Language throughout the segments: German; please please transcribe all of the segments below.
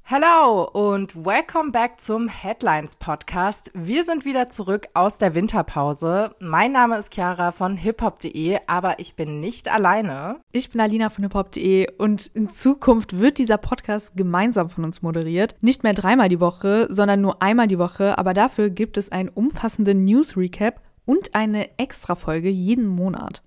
Hello und welcome back zum Headlines Podcast. Wir sind wieder zurück aus der Winterpause. Mein Name ist Chiara von hiphop.de, aber ich bin nicht alleine. Ich bin Alina von hiphop.de und in Zukunft wird dieser Podcast gemeinsam von uns moderiert. Nicht mehr 3-mal die Woche, sondern nur einmal die Woche, aber dafür gibt es einen umfassenden News-Recap und eine Extra-Folge jeden Monat.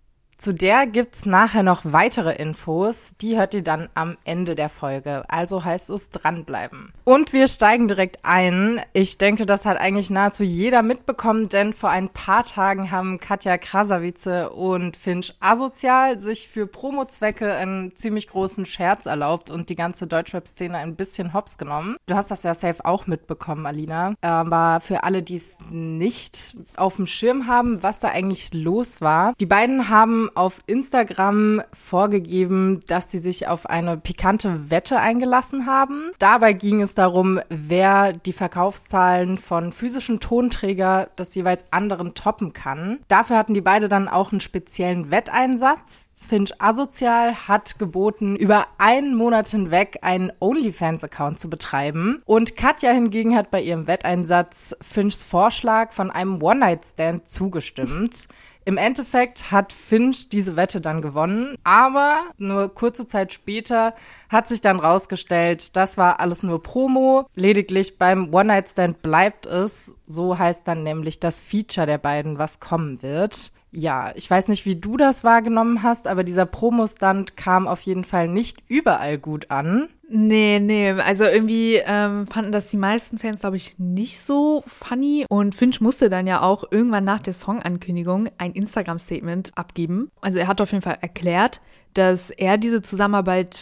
Zu der gibt's nachher noch weitere Infos, die hört ihr dann am Ende der Folge. Also heißt es dranbleiben. Und wir steigen direkt ein. Ich denke, das hat eigentlich nahezu jeder mitbekommen, denn vor ein paar Tagen haben Katja Krasavice und Finch Asozial sich für Promo-Zwecke einen ziemlich großen Scherz erlaubt und die ganze Deutschrap-Szene ein bisschen hops genommen. Du hast das ja safe auch mitbekommen, Alina. Aber für alle, die es nicht auf dem Schirm haben, was da eigentlich los war. Die beiden haben auf Instagram vorgegeben, dass sie sich auf eine pikante Wette eingelassen haben. Dabei ging es darum, wer die Verkaufszahlen von physischen Tonträger des jeweils anderen toppen kann. Dafür hatten die beide dann auch einen speziellen Wetteinsatz. Finch Asozial hat geboten, über einen Monat hinweg einen OnlyFans-Account zu betreiben. Und Katja hingegen hat bei ihrem Wetteinsatz Finchs Vorschlag von einem One-Night-Stand zugestimmt. Im Endeffekt hat Finch diese Wette dann gewonnen, aber nur kurze Zeit später hat sich dann rausgestellt, das war alles nur Promo. Lediglich beim One-Night-Stand bleibt es. So heißt dann nämlich das Feature der beiden, was kommen wird. Ja, ich weiß nicht, wie du das wahrgenommen hast, aber dieser Promo-Stunt kam auf jeden Fall nicht überall gut an. Nee, also irgendwie fanden das die meisten Fans, glaube ich, nicht so funny. Und Finch musste dann ja auch irgendwann nach der Songankündigung ein Instagram-Statement abgeben. Also er hat auf jeden Fall erklärt, dass er diese Zusammenarbeit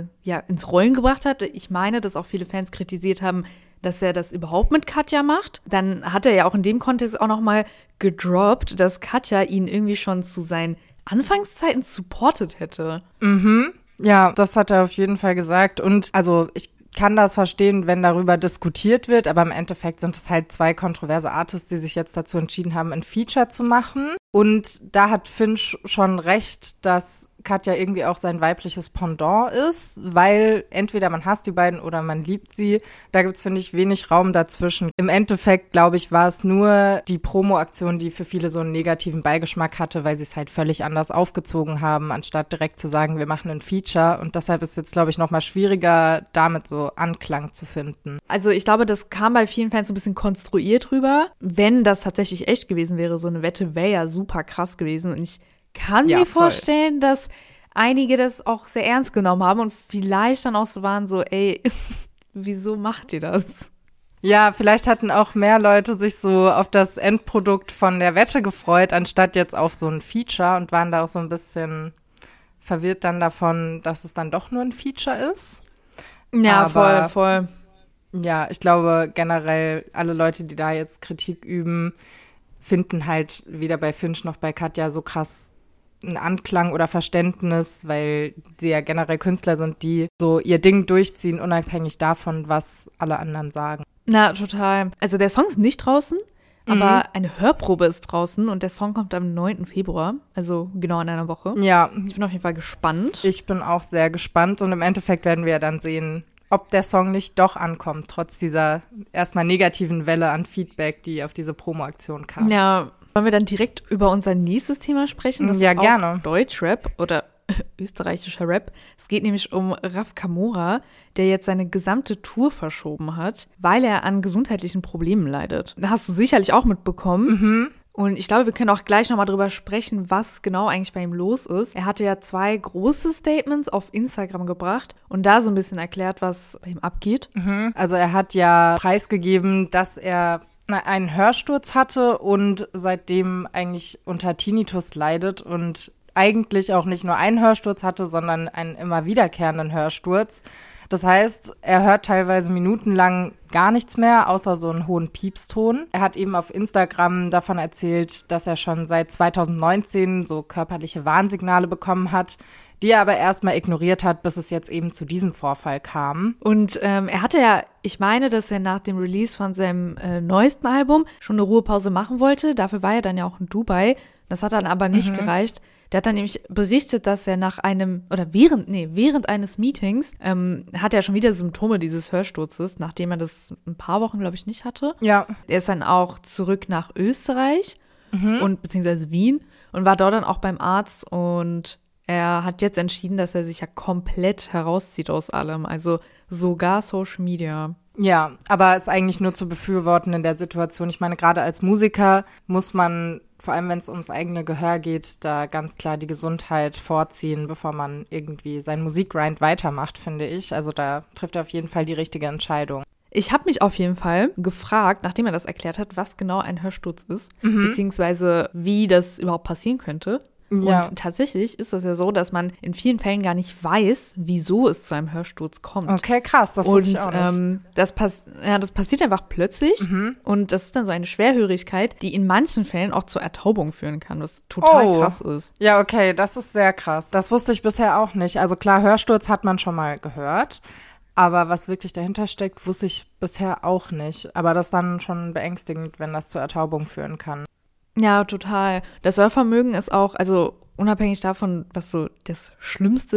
ins Rollen gebracht hat. Ich meine, dass auch viele Fans kritisiert haben, dass er das überhaupt mit Katja macht. Dann hat er ja auch in dem Kontext auch nochmal gedroppt, dass Katja ihn irgendwie schon zu seinen Anfangszeiten supportet hätte. Ja, das hat er auf jeden Fall gesagt. Und also ich kann das verstehen, wenn darüber diskutiert wird, aber im Endeffekt sind es halt zwei kontroverse Artists, die sich jetzt dazu entschieden haben, ein Feature zu machen. Und da hat Finch schon recht, dass Katja irgendwie auch sein weibliches Pendant ist, weil entweder man hasst die beiden oder man liebt sie. Da gibt's, finde ich, wenig Raum dazwischen. Im Endeffekt, glaube ich, war es nur die Promo-Aktion, die für viele so einen negativen Beigeschmack hatte, weil sie es halt völlig anders aufgezogen haben, anstatt direkt zu sagen, wir machen ein Feature. Und deshalb ist es jetzt, glaube ich, noch mal schwieriger, damit so Anklang zu finden. Also ich glaube, das kam bei vielen Fans so ein bisschen konstruiert rüber. Wenn das tatsächlich echt gewesen wäre, so eine Wette wäre ja super krass gewesen. Und ich kann mir vorstellen, dass einige das auch sehr ernst genommen haben und vielleicht dann auch so waren, so, ey, wieso macht ihr das? Ja, vielleicht hatten auch mehr Leute sich so auf das Endprodukt von der Wette gefreut, anstatt jetzt auf so ein Feature und waren da auch so ein bisschen verwirrt dann davon, dass es dann doch nur ein Feature ist. Ja, aber voll. Ja, ich glaube generell alle Leute, die da jetzt Kritik üben, finden halt weder bei Finch noch bei Katja so krass einen Anklang oder Verständnis, weil sie ja generell Künstler sind, die so ihr Ding durchziehen, unabhängig davon, was alle anderen sagen. Na, total. Also der Song ist nicht draußen, aber eine Hörprobe ist draußen und der Song kommt am 9. Februar, also genau in einer Woche. Ja. Ich bin auf jeden Fall gespannt. Ich bin auch sehr gespannt und im Endeffekt werden wir ja dann sehen, ob der Song nicht doch ankommt, trotz dieser erstmal negativen Welle an Feedback, die auf diese Promo-Aktion kam. Ja, wollen wir dann direkt über unser nächstes Thema sprechen? Das ja, ist auch gerne. Deutschrap oder österreichischer Rap. Es geht nämlich um Raf Kamora, der jetzt seine gesamte Tour verschoben hat, weil er an gesundheitlichen Problemen leidet. Das hast du sicherlich auch mitbekommen. Und ich glaube, wir können auch gleich nochmal drüber sprechen, was genau eigentlich bei ihm los ist. Er hatte ja 2 große Statements auf Instagram gebracht und da so ein bisschen erklärt, was bei ihm abgeht. Also er hat ja preisgegeben, dass er einen Hörsturz hatte und seitdem eigentlich unter Tinnitus leidet und eigentlich auch nicht nur einen Hörsturz hatte, sondern einen immer wiederkehrenden Hörsturz. Das heißt, er hört teilweise minutenlang gar nichts mehr, außer so einen hohen Piepston. Er hat eben auf Instagram davon erzählt, dass er schon seit 2019 so körperliche Warnsignale bekommen hat, die er aber erstmal ignoriert hat, bis es jetzt eben zu diesem Vorfall kam. Und er hatte ja, ich meine, dass er nach dem Release von seinem neuesten Album schon eine Ruhepause machen wollte. Dafür war er dann ja auch in Dubai. Das hat dann aber nicht gereicht, Der hat dann nämlich berichtet, dass er während eines Meetings hat er schon wieder Symptome dieses Hörsturzes, nachdem er das ein paar Wochen, glaube ich, nicht hatte. Ja. Er ist dann auch zurück nach Österreich und beziehungsweise Wien und war dort dann auch beim Arzt und er hat jetzt entschieden, dass er sich ja komplett herauszieht aus allem, also sogar Social Media. Ja, aber ist eigentlich nur zu befürworten in der Situation. Ich meine, gerade als Musiker muss man, vor allem wenn es ums eigene Gehör geht, da ganz klar die Gesundheit vorziehen, bevor man irgendwie seinen Musikgrind weitermacht, finde ich. Also da trifft er auf jeden Fall die richtige Entscheidung. Ich habe mich auf jeden Fall gefragt, nachdem er das erklärt hat, was genau ein Hörsturz ist, beziehungsweise wie das überhaupt passieren könnte. Ja. Und tatsächlich ist das ja so, dass man in vielen Fällen gar nicht weiß, wieso es zu einem Hörsturz kommt. Okay, krass, das wusste ich auch nicht. Das passiert einfach plötzlich und das ist dann so eine Schwerhörigkeit, die in manchen Fällen auch zur Ertaubung führen kann, was total krass ist. Ja, okay, das ist sehr krass. Das wusste ich bisher auch nicht. Also klar, Hörsturz hat man schon mal gehört, aber was wirklich dahinter steckt, wusste ich bisher auch nicht. Aber das ist dann schon beängstigend, wenn das zur Ertaubung führen kann. Ja, total. Das Hörvermögen ist auch, also unabhängig davon, was so das Schlimmste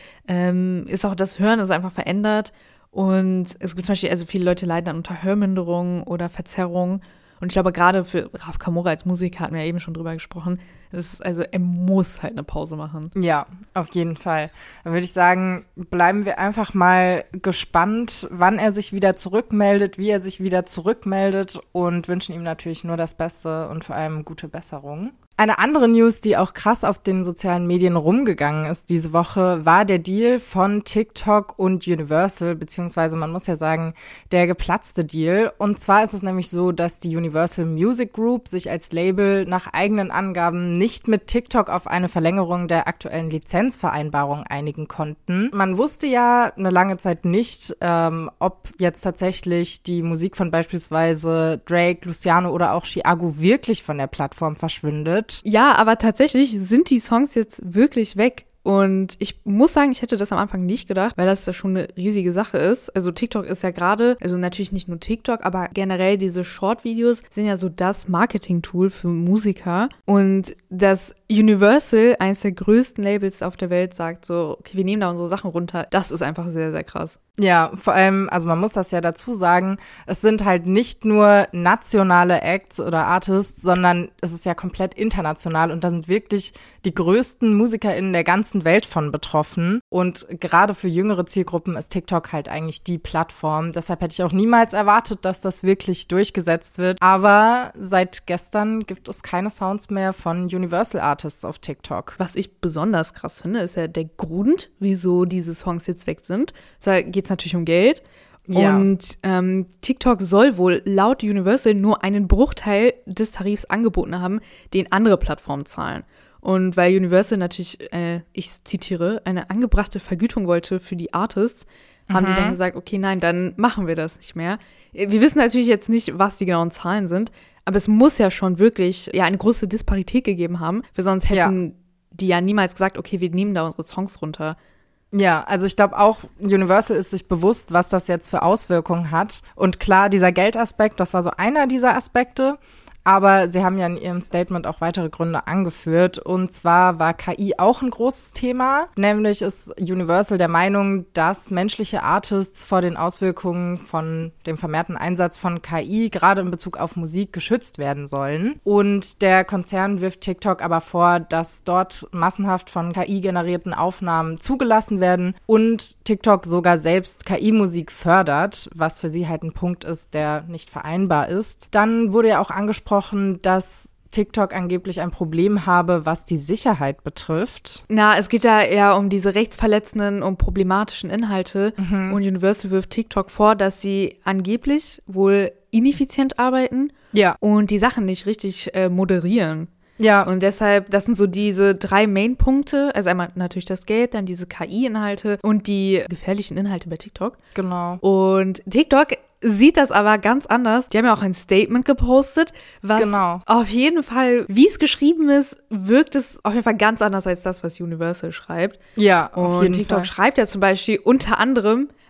ist auch das Hören ist einfach verändert. Und es gibt zum Beispiel, also viele Leute leiden dann unter Hörminderung oder Verzerrung. Und ich glaube, gerade für Raf Kamora als Musiker hatten wir ja eben schon drüber gesprochen. Also er muss halt eine Pause machen. Ja, auf jeden Fall. Dann würde ich sagen, bleiben wir einfach mal gespannt, wann er sich wieder zurückmeldet, wie er sich wieder zurückmeldet und wünschen ihm natürlich nur das Beste und vor allem gute Besserung. Eine andere News, die auch krass auf den sozialen Medien rumgegangen ist diese Woche, war der Deal von TikTok und Universal, beziehungsweise man muss ja sagen, der geplatzte Deal. Und zwar ist es nämlich so, dass die Universal Music Group sich als Label nach eigenen Angaben nicht mit TikTok auf eine Verlängerung der aktuellen Lizenzvereinbarung einigen konnten. Man wusste ja eine lange Zeit nicht, ob jetzt tatsächlich die Musik von beispielsweise Drake, Luciano oder auch Chiago wirklich von der Plattform verschwindet. Ja, aber tatsächlich sind die Songs jetzt wirklich weg. Und ich muss sagen, ich hätte das am Anfang nicht gedacht, weil das ja schon eine riesige Sache ist. Also TikTok ist ja gerade, also natürlich nicht nur TikTok, aber generell diese Short-Videos sind ja so das Marketing-Tool für Musiker. Und das Universal, eines der größten Labels auf der Welt, sagt so, okay, wir nehmen da unsere Sachen runter. Das ist einfach sehr, sehr krass. Ja, vor allem, also man muss das ja dazu sagen, es sind halt nicht nur nationale Acts oder Artists, sondern es ist ja komplett international und da sind wirklich die größten MusikerInnen der ganzen Welt von betroffen. Und gerade für jüngere Zielgruppen ist TikTok halt eigentlich die Plattform. Deshalb hätte ich auch niemals erwartet, dass das wirklich durchgesetzt wird. Aber seit gestern gibt es keine Sounds mehr von Universal Artists auf TikTok. Was ich besonders krass finde, ist ja der Grund, wieso diese Songs jetzt weg sind. Da geht es natürlich um Geld. Ja. Und TikTok soll wohl laut Universal nur einen Bruchteil des Tarifs angeboten haben, den andere Plattformen zahlen. Und weil Universal natürlich, ich zitiere, eine angebrachte Vergütung wollte für die Artists, haben die dann gesagt, okay, nein, dann machen wir das nicht mehr. Wir wissen natürlich jetzt nicht, was die genauen Zahlen sind, aber es muss ja schon wirklich eine große Disparität gegeben haben, weil sonst hätten die ja niemals gesagt, okay, wir nehmen da unsere Songs runter. Ja, also ich glaube auch, Universal ist sich bewusst, was das jetzt für Auswirkungen hat. Und klar, dieser Geldaspekt, das war so einer dieser Aspekte. Aber sie haben ja in ihrem Statement auch weitere Gründe angeführt. Und zwar war KI auch ein großes Thema. Nämlich ist Universal der Meinung, dass menschliche Artists vor den Auswirkungen von dem vermehrten Einsatz von KI gerade in Bezug auf Musik geschützt werden sollen. Und der Konzern wirft TikTok aber vor, dass dort massenhaft von KI generierten Aufnahmen zugelassen werden und TikTok sogar selbst KI-Musik fördert, was für sie halt ein Punkt ist, der nicht vereinbar ist. Dann wurde ja auch angesprochen, dass TikTok angeblich ein Problem habe, was die Sicherheit betrifft. Na, es geht ja eher um diese rechtsverletzenden und problematischen Inhalte. Und Universal wirft TikTok vor, dass sie angeblich wohl ineffizient arbeiten und die Sachen nicht richtig moderieren. Ja. Und deshalb, das sind so diese 3 Main-Punkte. Also einmal natürlich das Geld, dann diese KI-Inhalte und die gefährlichen Inhalte bei TikTok. Genau. Und TikTok sieht das aber ganz anders. Die haben ja auch ein Statement gepostet, was auf jeden Fall, wie es geschrieben ist, wirkt es auf jeden Fall ganz anders als das, was Universal schreibt. Ja, auf jeden TikTok Fall. schreibt ja zum Beispiel unter anderem,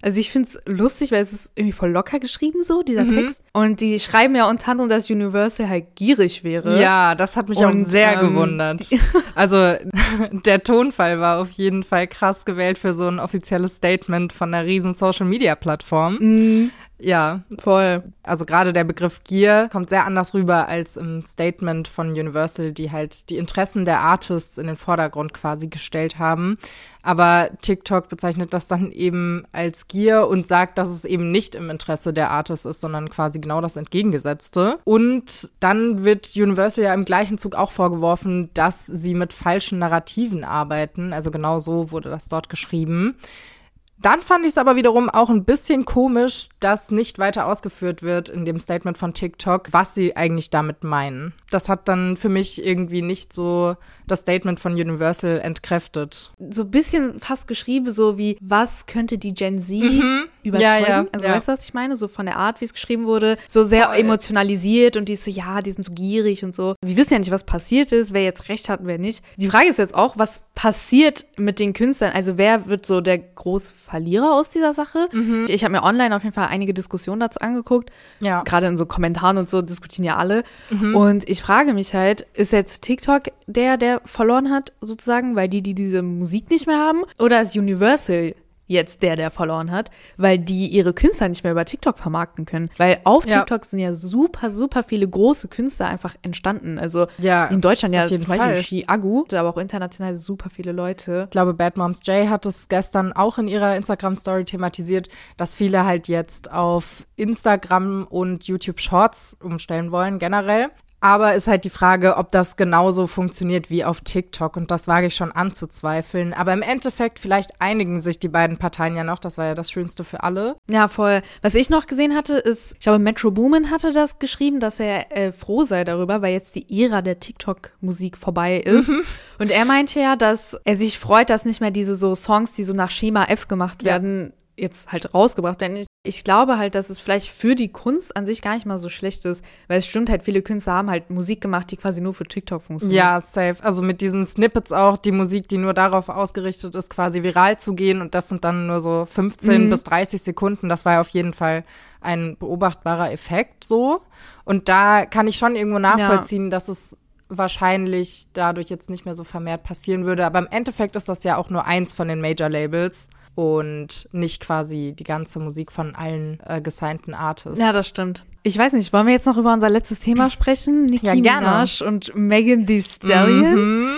Also ich finde es lustig, weil es ist irgendwie voll locker geschrieben so, dieser Text. Und die schreiben ja unter anderem, dass Universal halt gierig wäre. Ja, das hat mich auch sehr gewundert. Also der Tonfall war auf jeden Fall krass gewählt für so ein offizielles Statement von einer riesen Social-Media-Plattform. Ja, voll. Also gerade der Begriff Gier kommt sehr anders rüber als im Statement von Universal, die halt die Interessen der Artists in den Vordergrund quasi gestellt haben. Aber TikTok bezeichnet das dann eben als Gier und sagt, dass es eben nicht im Interesse der Artists ist, sondern quasi genau das Entgegengesetzte. Und dann wird Universal ja im gleichen Zug auch vorgeworfen, dass sie mit falschen Narrativen arbeiten. Also genau so wurde das dort geschrieben. Dann fand ich es aber wiederum auch ein bisschen komisch, dass nicht weiter ausgeführt wird in dem Statement von TikTok, was sie eigentlich damit meinen. Das hat dann für mich irgendwie nicht so das Statement von Universal entkräftet. So ein bisschen fast geschrieben, so wie, was könnte die Gen Z überzeugen? Ja. Weißt du, was ich meine? So von der Art, wie es geschrieben wurde, so sehr emotionalisiert und die ist so, die sind so gierig und so. Wir wissen ja nicht, was passiert ist, wer jetzt recht hat und wer nicht. Die Frage ist jetzt auch, was passiert mit den Künstlern? Also wer wird so der große Verlierer aus dieser Sache? Ich habe mir online auf jeden Fall einige Diskussionen dazu angeguckt. Ja. Gerade in so Kommentaren und so diskutieren ja alle. Und ich frage mich halt, ist jetzt TikTok der verloren hat, sozusagen, weil die diese Musik nicht mehr haben? Oder ist Universal jetzt der verloren hat, weil die ihre Künstler nicht mehr über TikTok vermarkten können? Weil auf TikTok sind ja super, super viele große Künstler einfach entstanden. Also in Deutschland ja zum Beispiel Chiago, aber auch international super viele Leute. Ich glaube, Bad Moms J hat es gestern auch in ihrer Instagram-Story thematisiert, dass viele halt jetzt auf Instagram und YouTube Shorts umstellen wollen, generell. Aber ist halt die Frage, ob das genauso funktioniert wie auf TikTok. Und das wage ich schon anzuzweifeln. Aber im Endeffekt, vielleicht einigen sich die beiden Parteien ja noch. Das war ja das Schönste für alle. Ja, voll. Was ich noch gesehen hatte, ist, ich glaube, Metro Boomin hatte das geschrieben, dass er froh sei darüber, weil jetzt die Ära der TikTok-Musik vorbei ist. Und er meinte ja, dass er sich freut, dass nicht mehr diese so Songs, die so nach Schema F gemacht werden, jetzt halt rausgebracht werden. Ich glaube halt, dass es vielleicht für die Kunst an sich gar nicht mal so schlecht ist, weil es stimmt halt, viele Künstler haben halt Musik gemacht, die quasi nur für TikTok funktioniert. Ja, safe. Also mit diesen Snippets auch, die Musik, die nur darauf ausgerichtet ist, quasi viral zu gehen, und das sind dann nur so 15 bis 30 Sekunden. Das war ja auf jeden Fall ein beobachtbarer Effekt so. Und da kann ich schon irgendwo nachvollziehen, dass es wahrscheinlich dadurch jetzt nicht mehr so vermehrt passieren würde. Aber im Endeffekt ist das ja auch nur eins von den Major-Labels und nicht quasi die ganze Musik von allen gesignten Artists. Ja, das stimmt. Ich weiß nicht, wollen wir jetzt noch über unser letztes Thema sprechen? Nicki Minaj und Megan Thee Stallion.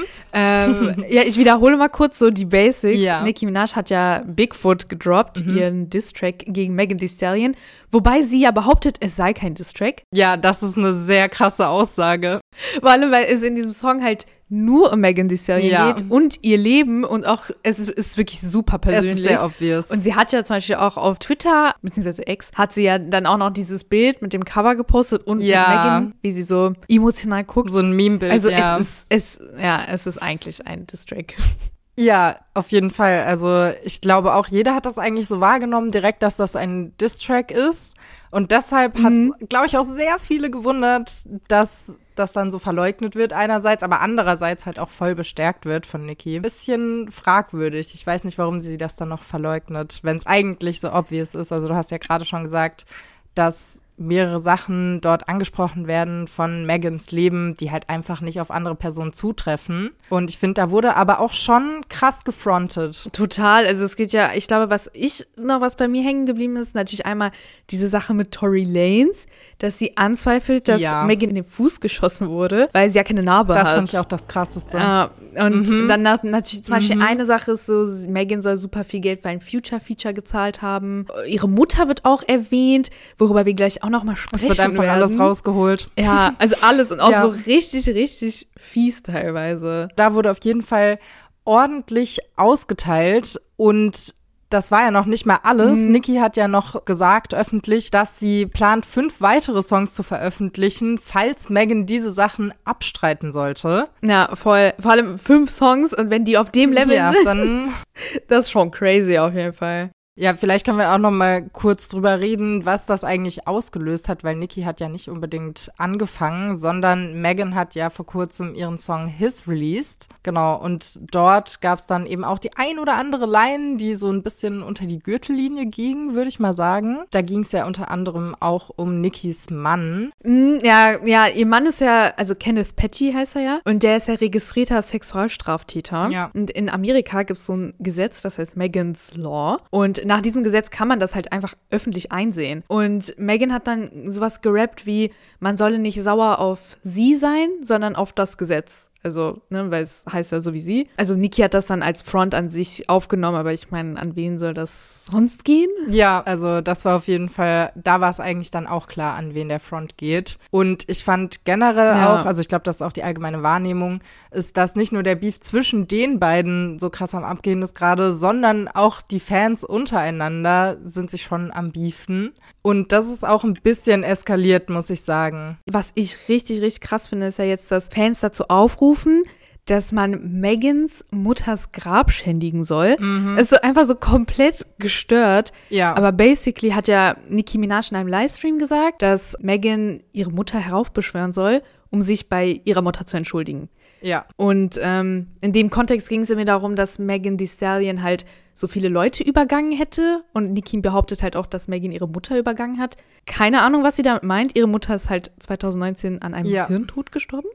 Ich wiederhole mal kurz so die Basics. Ja. Nicki Minaj hat ja Bigfoot gedroppt, ihren Diss-Track gegen Megan Thee Stallion, wobei sie ja behauptet, es sei kein Diss-Track. Ja, das ist eine sehr krasse Aussage. Vor allem, weil es in diesem Song halt nur um Megan Thee Stallion geht und ihr Leben, und auch, es ist wirklich super persönlich. Es ist sehr obvious. Und sie hat ja zum Beispiel auch auf Twitter, beziehungsweise X, hat sie ja dann auch noch dieses Bild mit dem Cover gepostet und mit Megan, wie sie so emotional guckt. So ein Meme-Bild, also es ist eigentlich ein Diss-Track. Ja, auf jeden Fall. Also ich glaube auch, jeder hat das eigentlich so wahrgenommen direkt, dass das ein Diss-Track ist. Und deshalb hat es, glaube ich, auch sehr viele gewundert, dass das dann so verleugnet wird einerseits, aber andererseits halt auch voll bestärkt wird von Nicki. Bisschen fragwürdig. Ich weiß nicht, warum sie das dann noch verleugnet, wenn es eigentlich so obvious ist. Also du hast ja gerade schon gesagt, dass mehrere Sachen dort angesprochen werden von Megans Leben, die halt einfach nicht auf andere Personen zutreffen. Und ich finde, da wurde aber auch schon krass gefrontet. Total. Also es geht ja, ich glaube, was bei mir hängen geblieben ist, natürlich einmal diese Sache mit Tory Lanez, dass sie anzweifelt, dass Megan in den Fuß geschossen wurde, weil sie ja keine Narbe hat. Das fand ich auch das Krasseste. Und dann natürlich zum Beispiel eine Sache ist so, Megan soll super viel Geld für ein Future-Feature gezahlt haben. Ihre Mutter wird auch erwähnt, worüber wir gleich auch noch mal sprechen werden. Es wird einfach alles rausgeholt. Ja, also alles und auch so richtig, richtig fies teilweise. Da wurde auf jeden Fall ordentlich ausgeteilt, und das war ja noch nicht mal alles. Nicki hat ja noch gesagt öffentlich, dass sie plant, 5 weitere Songs zu veröffentlichen, falls Megan diese Sachen abstreiten sollte. Ja, voll. Vor allem 5 Songs, und wenn die auf dem Level sind, dann das ist schon crazy auf jeden Fall. Ja, vielleicht können wir auch noch mal kurz drüber reden, was das eigentlich ausgelöst hat, weil Nicki hat ja nicht unbedingt angefangen, sondern Megan hat ja vor kurzem ihren Song His released. Genau, und dort gab es dann eben auch die ein oder andere Line, die so ein bisschen unter die Gürtellinie ging, würde ich mal sagen. Da ging es ja unter anderem auch um Nickis Mann. Ja, ihr Mann ist ja, also Kenneth Petty heißt er ja, und der ist ja registrierter Sexualstraftäter. Ja. Und in Amerika gibt es so ein Gesetz, das heißt Megan's Law. Und nach diesem Gesetz kann man das halt einfach öffentlich einsehen. Und Megan hat dann sowas gerappt wie, man solle nicht sauer auf sie sein, sondern auf das Gesetz. Also, ne, weil es heißt ja so wie sie. Also Nicki hat das dann als Front an sich aufgenommen, aber ich meine, an wen soll das sonst gehen? Ja, also das war auf jeden Fall, da war es eigentlich dann auch klar, an wen der Front geht. Und ich fand generell auch, also ich glaube, das ist auch die allgemeine Wahrnehmung, ist, dass nicht nur der Beef zwischen den beiden so krass am Abgehen ist gerade, sondern auch die Fans untereinander sind sich schon am Beefen. Und das ist auch ein bisschen eskaliert, muss ich sagen. Was ich richtig, richtig krass finde, ist ja jetzt, dass Fans dazu aufrufen, dass man Megans Mutters Grab schändigen soll. Ist so einfach so komplett gestört. Ja. Aber basically hat ja Nicki Minaj in einem Livestream gesagt, dass Megan ihre Mutter heraufbeschwören soll, um sich bei ihrer Mutter zu entschuldigen. Ja. Und in dem Kontext ging es mir darum, dass Megan Thee Stallion halt so viele Leute übergangen hätte. Und Nicki behauptet halt auch, dass Megan ihre Mutter übergangen hat. Keine Ahnung, was sie damit meint. Ihre Mutter ist halt 2019 an einem Hirntod gestorben.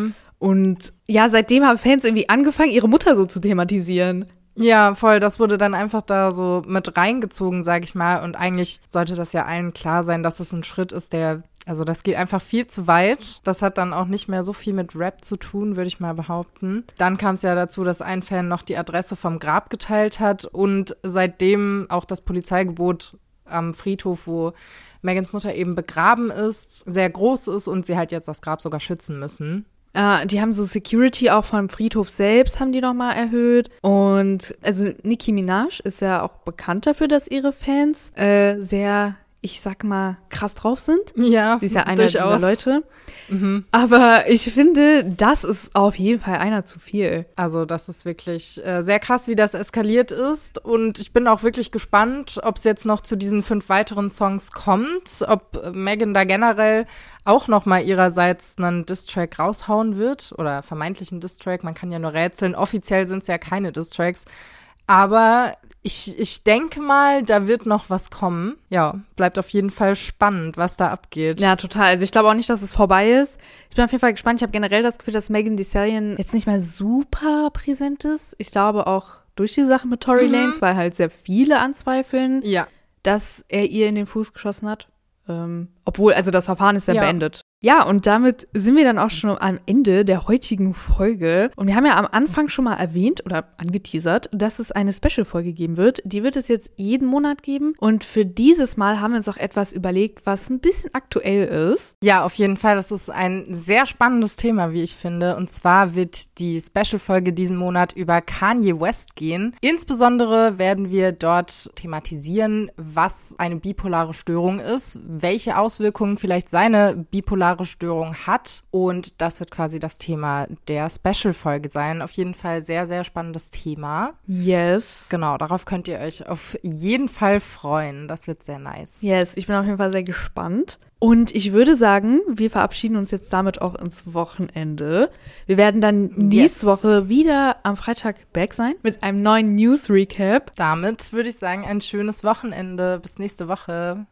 Und ja, seitdem haben Fans irgendwie angefangen, ihre Mutter so zu thematisieren. Ja, voll. Das wurde dann einfach da so mit reingezogen, sag ich mal. Und eigentlich sollte das ja allen klar sein, dass es ein Schritt ist, also das geht einfach viel zu weit. Das hat dann auch nicht mehr so viel mit Rap zu tun, würde ich mal behaupten. Dann kam es ja dazu, dass ein Fan noch die Adresse vom Grab geteilt hat und seitdem auch das Polizeigebot am Friedhof, wo Megans Mutter eben begraben ist, sehr groß ist und sie halt jetzt das Grab sogar schützen müssen. Die haben so Security auch vom Friedhof selbst, haben die nochmal erhöht. Und also Nicki Minaj ist ja auch bekannt dafür, dass ihre Fans sehr, ich sag mal, krass drauf sind. Ja, sie ist ja einer durchaus. dieser Leute. Aber ich finde, das ist auf jeden Fall einer zu viel. Also das ist wirklich sehr krass, wie das eskaliert ist. Und ich bin auch wirklich gespannt, ob es jetzt noch zu diesen 5 weiteren Songs kommt, ob Megan da generell auch noch mal ihrerseits einen Diss-Track raushauen wird oder vermeintlichen Diss-Track. Man kann ja nur rätseln. Offiziell sind es ja keine Diss-Tracks. Aber ich denke mal, da wird noch was kommen. Ja, bleibt auf jeden Fall spannend, was da abgeht. Ja, total. Also ich glaube auch nicht, dass es vorbei ist. Ich bin auf jeden Fall gespannt. Ich habe generell das Gefühl, dass Megan Thee Stallion jetzt nicht mehr super präsent ist. Ich glaube auch durch die Sache mit Tory Lanez, weil halt sehr viele anzweifeln, dass er ihr in den Fuß geschossen hat. Obwohl, also das Verfahren ist ja beendet. Ja, und damit sind wir dann auch schon am Ende der heutigen Folge. Und wir haben ja am Anfang schon mal erwähnt oder angeteasert, dass es eine Special-Folge geben wird. Die wird es jetzt jeden Monat geben. Und für dieses Mal haben wir uns auch etwas überlegt, was ein bisschen aktuell ist. Ja, auf jeden Fall. Das ist ein sehr spannendes Thema, wie ich finde. Und zwar wird die Special-Folge diesen Monat über Kanye West gehen. Insbesondere werden wir dort thematisieren, was eine bipolare Störung ist, welche Auswirkungen vielleicht seine bipolare Störung hat. Und das wird quasi das Thema der Special-Folge sein. Auf jeden Fall sehr, sehr spannendes Thema. Yes. Genau, darauf könnt ihr euch auf jeden Fall freuen. Das wird sehr nice. Yes, ich bin auf jeden Fall sehr gespannt. Und ich würde sagen, wir verabschieden uns jetzt damit auch ins Wochenende. Wir werden dann nächste Woche wieder am Freitag back sein mit einem neuen News-Recap. Damit würde ich sagen, ein schönes Wochenende. Bis nächste Woche.